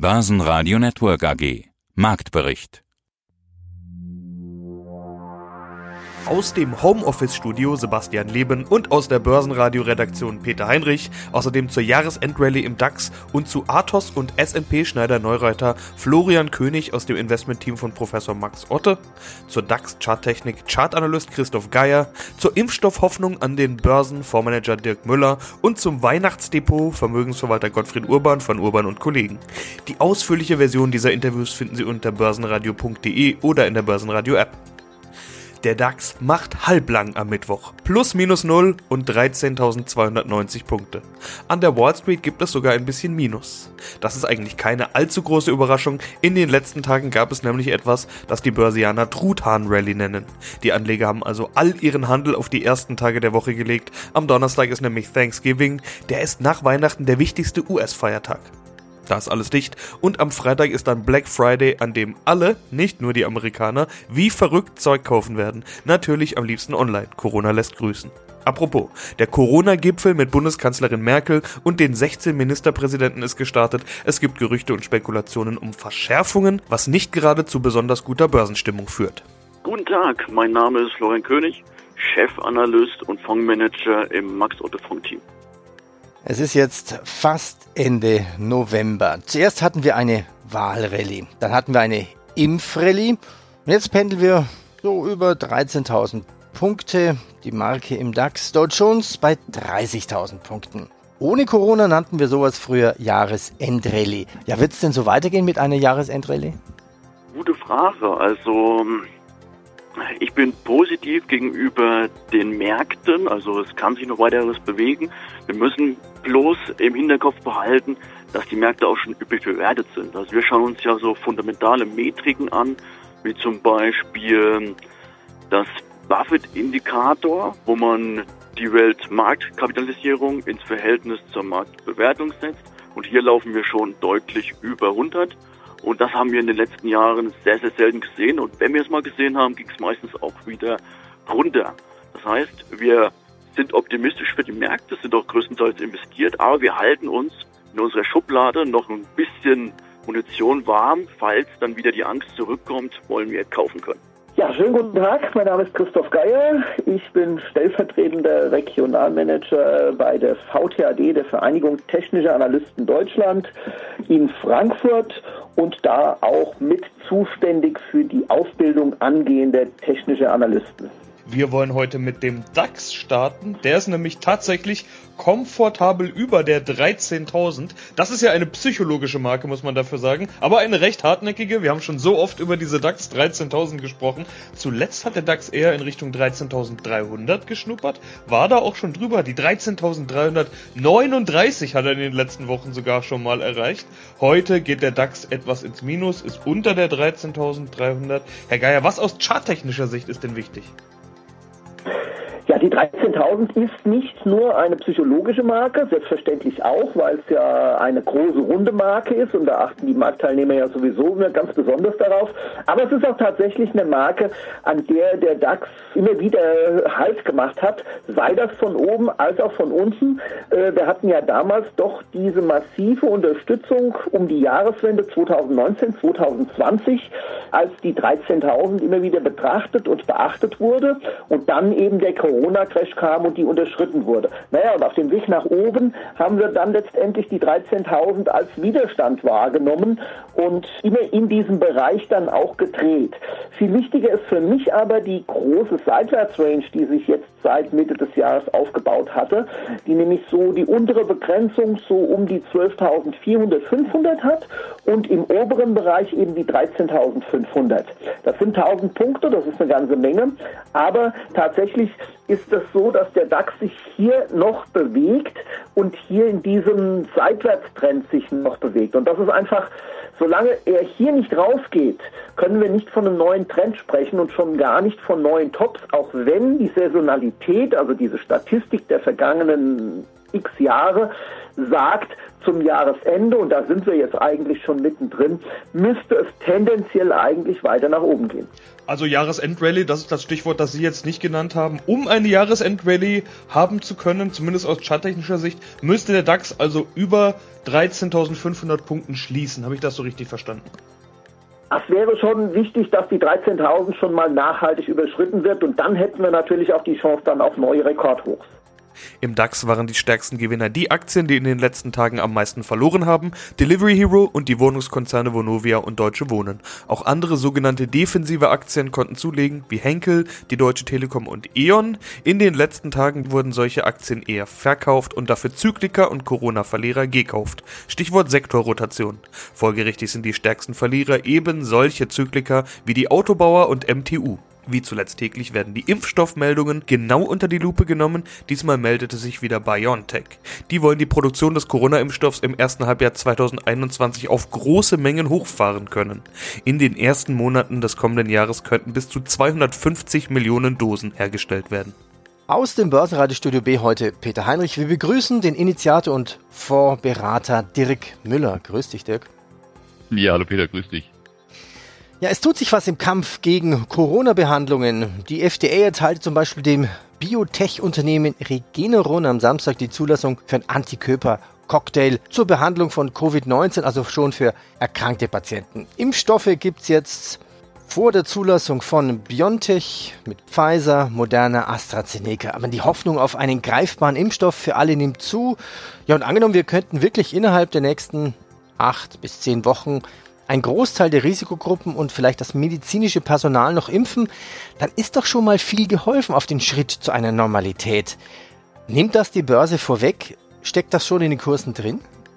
Börsenradio Network AG. Marktbericht. Aus dem Homeoffice-Studio Sebastian Leben und aus der Börsenradio-Redaktion Peter Heinrich, außerdem zur Jahresendrallye im DAX und zu Athos und S&P Schneider-Neureither Florian König aus dem Investmentteam von Professor Max Otte, zur DAX-Charttechnik Chartanalyst Christoph Geier, zur Impfstoffhoffnung an den Börsen Fondsmanager Dirk Müller und zum Weihnachtsdepot Vermögensverwalter Gottfried Urban von Urban und Kollegen. Die ausführliche Version dieser Interviews finden Sie unter börsenradio.de oder in der Börsenradio-App. Der DAX macht halblang am Mittwoch. Plus minus 0 und 13.290 Punkte. An der Wall Street gibt es sogar ein bisschen Minus. Das ist eigentlich keine allzu große Überraschung. In den letzten Tagen gab es nämlich etwas, das die Börsianer Truthahn-Rally nennen. Die Anleger haben also all ihren Handel auf die ersten Tage der Woche gelegt. Am Donnerstag ist nämlich Thanksgiving. Der ist nach Weihnachten der wichtigste US-Feiertag. Da ist alles dicht und am Freitag ist dann Black Friday, an dem alle, nicht nur die Amerikaner, wie verrückt Zeug kaufen werden. Natürlich am liebsten online. Corona lässt grüßen. Apropos, der Corona-Gipfel mit Bundeskanzlerin Merkel und den 16 Ministerpräsidenten ist gestartet. Es gibt Gerüchte und Spekulationen um Verschärfungen, was nicht gerade zu besonders guter Börsenstimmung führt. Guten Tag, mein Name ist Florian König, Chefanalyst und Fondsmanager im Max-Otte-Fonds-Team. Es ist jetzt fast Ende November. Zuerst hatten wir eine Wahlrallye, dann hatten wir eine Impfrallye und jetzt pendeln wir so über 13.000 Punkte, die Marke im DAX, Dow Jones bei 30.000 Punkten. Ohne Corona nannten wir sowas früher Jahresendrallye. Ja, wird es denn so weitergehen mit einer Jahresendrallye? Gute Frage, also ich bin positiv gegenüber den Märkten, also es kann sich noch weiteres bewegen. Wir müssen bloß im Hinterkopf behalten, dass die Märkte auch schon üppig bewertet sind. Also wir schauen uns ja so fundamentale Metriken an, wie zum Beispiel das Buffett-Indikator, wo man die Weltmarktkapitalisierung ins Verhältnis zur Marktbewertung setzt. Und hier laufen wir schon deutlich über 100. Und das haben wir in den letzten Jahren sehr, sehr selten gesehen. Und wenn wir es mal gesehen haben, ging es meistens auch wieder runter. Das heißt, wir sind optimistisch für die Märkte, sind auch größtenteils investiert, aber wir halten uns in unserer Schublade noch ein bisschen Munition warm. Falls dann wieder die Angst zurückkommt, wollen wir kaufen können. Ja, schönen guten Tag. Mein Name ist Christoph Geier. Ich bin stellvertretender Regionalmanager bei der VTAD, der Vereinigung Technischer Analysten Deutschland, in Frankfurt und da auch mit zuständig für die Ausbildung angehender technischer Analysten. Wir wollen heute mit dem DAX starten. Der ist nämlich tatsächlich komfortabel über der 13.000. Das ist ja eine psychologische Marke, muss man dafür sagen, aber eine recht hartnäckige. Wir haben schon so oft über diese DAX 13.000 gesprochen. Zuletzt hat der DAX eher in Richtung 13.300 geschnuppert, war da auch schon drüber. Die 13.339 hat er in den letzten Wochen sogar schon mal erreicht. Heute geht der DAX etwas ins Minus, ist unter der 13.300. Herr Geier, was aus charttechnischer Sicht ist denn wichtig? Ja, die 13.000 ist nicht nur eine psychologische Marke, selbstverständlich auch, weil es ja eine große runde Marke ist und da achten die Marktteilnehmer ja sowieso ganz besonders darauf. Aber es ist auch tatsächlich eine Marke, an der der DAX immer wieder Halt gemacht hat, sei das von oben als auch von unten. Wir hatten ja damals doch diese massive Unterstützung um die Jahreswende 2019, 2020, als die 13.000 immer wieder betrachtet und beachtet wurde und dann eben der Corona-Crash kam und die unterschritten wurde. Naja, und auf dem Weg nach oben haben wir dann letztendlich die 13.000 als Widerstand wahrgenommen und immer in diesem Bereich dann auch gedreht. Viel wichtiger ist für mich aber die große Seitwärtsrange, die sich jetzt seit Mitte des Jahres aufgebaut hatte, die nämlich so die untere Begrenzung so um die 12.400, 500 hat und im oberen Bereich eben die 13.500. Das sind 1.000 Punkte, das ist eine ganze Menge, aber tatsächlich ist es so, dass der DAX sich hier noch bewegt und hier in diesem Seitwärtstrend sich noch bewegt. Und das ist einfach, solange er hier nicht rausgeht, können wir nicht von einem neuen Trend sprechen und schon gar nicht von neuen Tops, auch wenn die Saisonalität, also diese Statistik der vergangenen x Jahre, sagt, zum Jahresende, und da sind wir jetzt eigentlich schon mittendrin, müsste es tendenziell eigentlich weiter nach oben gehen. Also Jahresendrallye, das ist das Stichwort, das Sie jetzt nicht genannt haben. Um eine Jahresendrallye haben zu können, zumindest aus charttechnischer Sicht, müsste der DAX also über 13.500 Punkten schließen. Habe ich das so richtig verstanden? Es wäre schon wichtig, dass die 13.000 schon mal nachhaltig überschritten wird, und dann hätten wir natürlich auch die Chance dann auf neue Rekordhochs. Im DAX waren die stärksten Gewinner die Aktien, die in den letzten Tagen am meisten verloren haben, Delivery Hero und die Wohnungskonzerne Vonovia und Deutsche Wohnen. Auch andere sogenannte defensive Aktien konnten zulegen, wie Henkel, die Deutsche Telekom und E.ON. In den letzten Tagen wurden solche Aktien eher verkauft und dafür Zykliker und Corona-Verlierer gekauft. Stichwort Sektorrotation. Folgerichtig sind die stärksten Verlierer eben solche Zykliker wie die Autobauer und MTU. Wie zuletzt täglich werden die Impfstoffmeldungen genau unter die Lupe genommen. Diesmal meldete sich wieder BioNTech. Die wollen die Produktion des Corona-Impfstoffs im ersten Halbjahr 2021 auf große Mengen hochfahren können. In den ersten Monaten des kommenden Jahres könnten bis zu 250 Millionen Dosen hergestellt werden. Aus dem Börsenradiostudio B heute Peter Heinrich. Wir begrüßen den Initiator und Fondsberater Dirk Müller. Grüß dich, Dirk. Ja, hallo Peter, grüß dich. Ja, es tut sich was im Kampf gegen Corona-Behandlungen. Die FDA erteilte zum Beispiel dem Biotech-Unternehmen Regeneron am Samstag die Zulassung für einen Antikörper-Cocktail zur Behandlung von Covid-19, also schon für erkrankte Patienten. Impfstoffe gibt's jetzt vor der Zulassung von BioNTech mit Pfizer, Moderna, AstraZeneca. Aber die Hoffnung auf einen greifbaren Impfstoff für alle nimmt zu. Ja, und angenommen, wir könnten wirklich innerhalb der nächsten 8 bis 10 Wochen ein Großteil der Risikogruppen und vielleicht das medizinische Personal noch impfen, dann ist doch schon mal viel geholfen auf den Schritt zu einer Normalität. Nimmt das die Börse vorweg? Steckt das schon in den Kursen drin?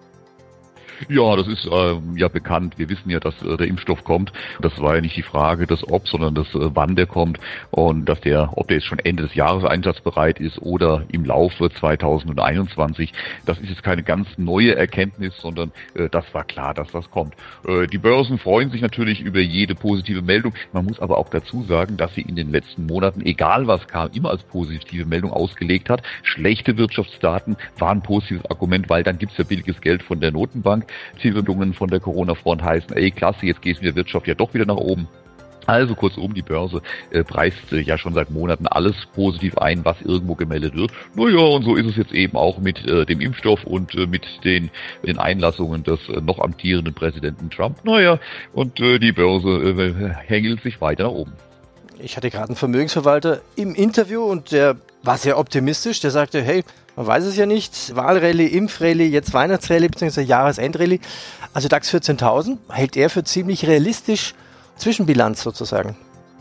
Ja, das ist ja bekannt. Wir wissen ja, dass der Impfstoff kommt. Das war ja nicht die Frage des Ob, sondern des wann der kommt und dass ob der jetzt schon Ende des Jahres einsatzbereit ist oder im Laufe 2021. Das ist jetzt keine ganz neue Erkenntnis, sondern das war klar, dass das kommt. Die Börsen freuen sich natürlich über jede positive Meldung. Man muss aber auch dazu sagen, dass sie in den letzten Monaten, egal was kam, immer als positive Meldung ausgelegt hat. Schlechte Wirtschaftsdaten waren ein positives Argument, weil dann gibt's ja billiges Geld von der Notenbank. Zielbildungen von der Corona-Front heißen, ey klasse, jetzt geht es mit der Wirtschaft ja doch wieder nach oben. Also kurzum, die Börse preist ja schon seit Monaten alles positiv ein, was irgendwo gemeldet wird. Naja, und so ist es jetzt eben auch mit dem Impfstoff und mit den Einlassungen des noch amtierenden Präsidenten Trump. Naja, und die Börse hängelt sich weiter nach oben. Ich hatte gerade einen Vermögensverwalter im Interview und der war sehr optimistisch. Der sagte, hey, man weiß es ja nicht, Wahlrallye, Impfrallye, jetzt Weihnachtsrallye bzw. Jahresendrallye. Also DAX 14.000 hält er für ziemlich realistisch, Zwischenbilanz sozusagen.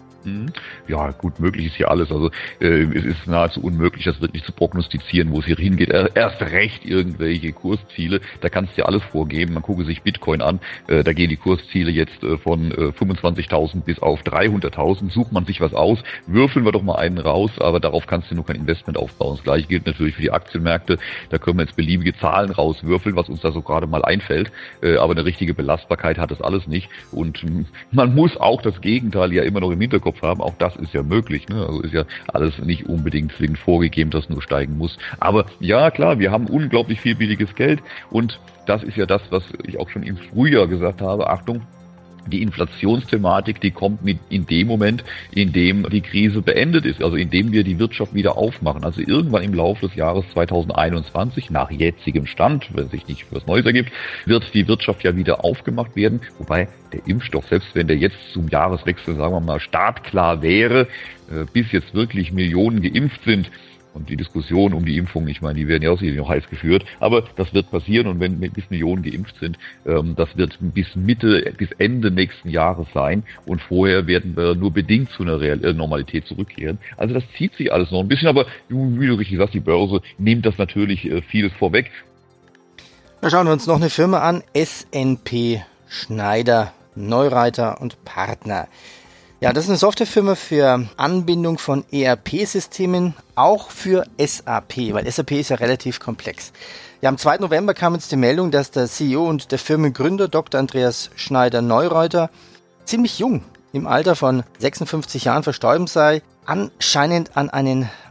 Ja, gut, möglich ist hier alles. Also es ist nahezu unmöglich, das wirklich zu prognostizieren, wo es hier hingeht. Erst recht irgendwelche Kursziele, da kannst du ja alles vorgeben. Man gucke sich Bitcoin an, da gehen die Kursziele jetzt von 25.000 bis auf 300.000. Sucht man sich was aus, würfeln wir doch mal einen raus, aber darauf kannst du nur kein Investment aufbauen. Das gleiche gilt natürlich für die Aktienmärkte. Da können wir jetzt beliebige Zahlen rauswürfeln, was uns da so gerade mal einfällt. Aber eine richtige Belastbarkeit hat das alles nicht. Und man muss auch das Gegenteil ja immer noch im Hinterkopf haben, auch das ist ja möglich, ne? Also ist ja alles nicht unbedingt zwingend vorgegeben, dass nur steigen muss. Aber ja, klar, wir haben unglaublich viel billiges Geld und das ist ja das, was ich auch schon im Frühjahr gesagt habe. Achtung, die Inflationsthematik, die kommt in dem Moment, in dem die Krise beendet ist, also in dem wir die Wirtschaft wieder aufmachen. Also irgendwann im Laufe des Jahres 2021, nach jetzigem Stand, wenn sich nicht was Neues ergibt, wird die Wirtschaft ja wieder aufgemacht werden. Wobei der Impfstoff, selbst wenn der jetzt zum Jahreswechsel, sagen wir mal, startklar wäre, bis jetzt wirklich Millionen geimpft sind, und die Diskussion um die Impfung, ich meine, die werden ja auch sicherlich noch heiß geführt, aber das wird passieren und wenn bis Millionen geimpft sind, das wird bis Ende nächsten Jahres sein und vorher werden wir nur bedingt zu einer Normalität zurückkehren. Also das zieht sich alles noch ein bisschen, aber wie du richtig sagst, die Börse nimmt das natürlich vieles vorweg. Da schauen wir uns noch eine Firma an, SNP Schneider, Neureiter und Partner. Ja, das ist eine Softwarefirma für Anbindung von ERP-Systemen, auch für SAP, weil SAP ist ja relativ komplex. Ja, am 2. November kam jetzt die Meldung, dass der CEO und der Firmengründer Dr. Andreas Schneider-Neureiter ziemlich jung, im Alter von 56 Jahren verstorben sei, anscheinend an einen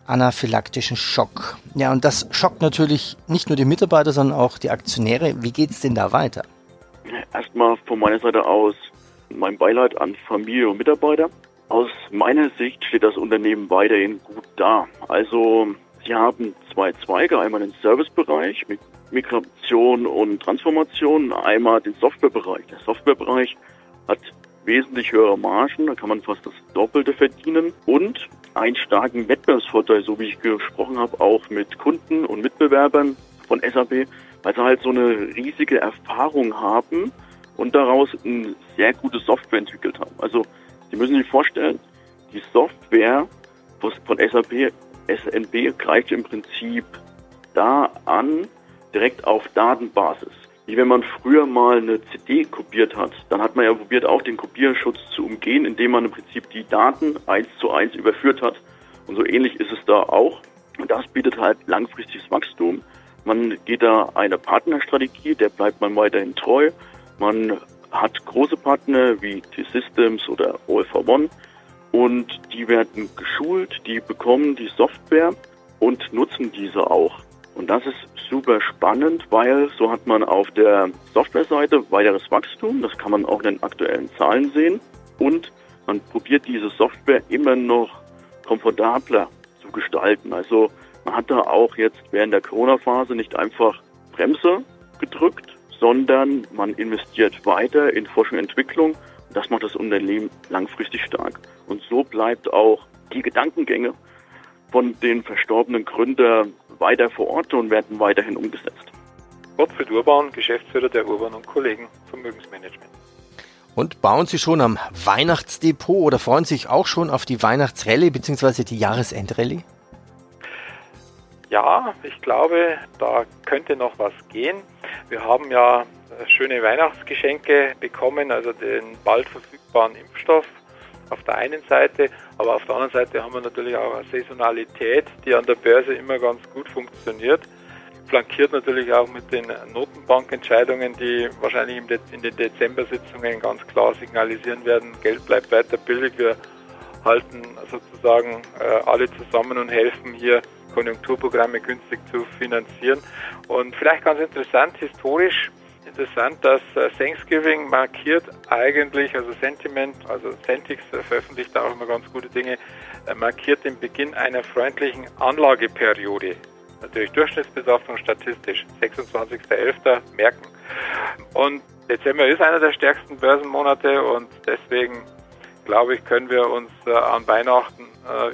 anaphylaktischen Schock. Ja, und das schockt natürlich nicht nur die Mitarbeiter, sondern auch die Aktionäre. Wie geht's denn da weiter? Erstmal von meiner Seite aus mein Beileid an Familie und Mitarbeiter. Aus meiner Sicht steht das Unternehmen weiterhin gut da. Also sie haben 2 Zweige, einmal den Servicebereich mit Migration und Transformation, einmal den Softwarebereich. Der Softwarebereich hat wesentlich höhere Margen, da kann man fast das Doppelte verdienen und einen starken Wettbewerbsvorteil, so wie ich gesprochen habe, auch mit Kunden und Mitbewerbern von SAP, weil sie halt so eine riesige Erfahrung haben und daraus eine sehr gute Software entwickelt haben. Also Sie müssen sich vorstellen, die Software von SAP, SNP greift im Prinzip da an, direkt auf Datenbasis. Wie wenn man früher mal eine CD kopiert hat, dann hat man ja probiert, auch den Kopierschutz zu umgehen, indem man im Prinzip die Daten 1:1 überführt hat. Und so ähnlich ist es da auch. Und das bietet halt langfristiges Wachstum. Man geht da eine Partnerstrategie, der bleibt man weiterhin treu. Man hat große Partner wie T-Systems oder All for One und die werden geschult, die bekommen die Software und nutzen diese auch. Und das ist super spannend, weil so hat man auf der Softwareseite weiteres Wachstum, das kann man auch in den aktuellen Zahlen sehen und man probiert diese Software immer noch komfortabler zu gestalten. Also man hat da auch jetzt während der Corona-Phase nicht einfach Bremse gedrückt, sondern man investiert weiter in Forschung und Entwicklung und das macht das Unternehmen langfristig stark. Und so bleibt auch die Gedankengänge von den verstorbenen Gründern weiter verortet und werden weiterhin umgesetzt. Gottfried Urban, Geschäftsführer der Urban & Kollegen Vermögensmanagement. Und bauen Sie schon am Weihnachtsdepot oder freuen Sie sich auch schon auf die Weihnachtsrallye bzw. die Jahresendrallye? Ja, ich glaube, da könnte noch was gehen. Wir haben ja schöne Weihnachtsgeschenke bekommen, also den bald verfügbaren Impfstoff auf der einen Seite, aber auf der anderen Seite haben wir natürlich auch eine Saisonalität, die an der Börse immer ganz gut funktioniert. Flankiert natürlich auch mit den Notenbankentscheidungen, die wahrscheinlich in den Dezember-Sitzungen ganz klar signalisieren werden, Geld bleibt weiter billig, wir halten sozusagen alle zusammen und helfen hier Konjunkturprogramme günstig zu finanzieren. Und vielleicht ganz interessant, historisch interessant, dass Thanksgiving markiert eigentlich, also Sentiment, also Centix veröffentlicht auch immer ganz gute Dinge, markiert den Beginn einer freundlichen Anlageperiode. Natürlich Durchschnittsbetrachtung statistisch, 26.11. merken. Und Dezember ist einer der stärksten Börsenmonate und deswegen glaube ich, können wir uns an Weihnachten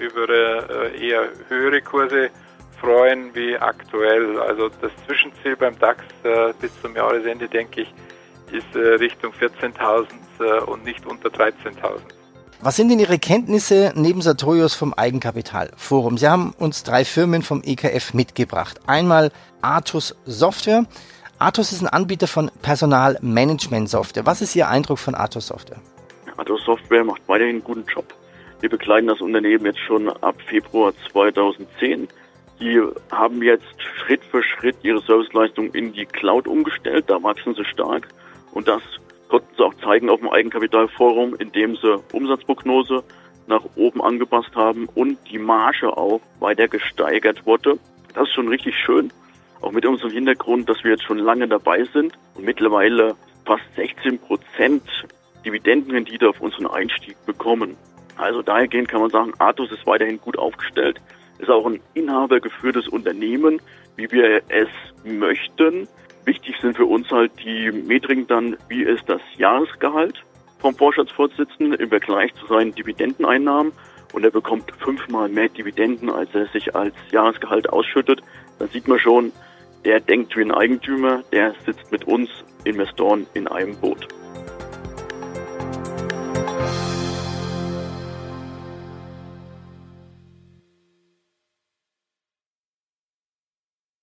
über eher höhere Kurse freuen wie aktuell. Also das Zwischenziel beim DAX bis zum Jahresende, denke ich, ist Richtung 14.000 und nicht unter 13.000. Was sind denn Ihre Kenntnisse neben Sartorius vom Eigenkapitalforum? Sie haben uns 3 Firmen vom EKF mitgebracht. Einmal Atos Software. Atos ist ein Anbieter von Personalmanagement-Software. Was ist Ihr Eindruck von Atos Software? Atos Software macht weiterhin einen guten Job. Wir begleiten das Unternehmen jetzt schon ab Februar 2010. Die haben jetzt Schritt für Schritt ihre Serviceleistung in die Cloud umgestellt. Da wachsen sie stark. Und das konnten sie auch zeigen auf dem Eigenkapitalforum, indem sie Umsatzprognose nach oben angepasst haben und die Marge auch weiter gesteigert wurde. Das ist schon richtig schön. Auch mit unserem Hintergrund, dass wir jetzt schon lange dabei sind und mittlerweile fast 16% Dividendenrendite auf unseren Einstieg bekommen. Also dahergehend kann man sagen, Atos ist weiterhin gut aufgestellt. Ist auch ein inhabergeführtes Unternehmen, wie wir es möchten. Wichtig sind für uns halt die Metriken dann, wie ist das Jahresgehalt vom Vorstandsvorsitzenden im Vergleich zu seinen Dividendeneinnahmen. Und er bekommt 5-mal mehr Dividenden, als er sich als Jahresgehalt ausschüttet. Dann sieht man schon, der denkt wie ein Eigentümer, der sitzt mit uns Investoren in einem Boot.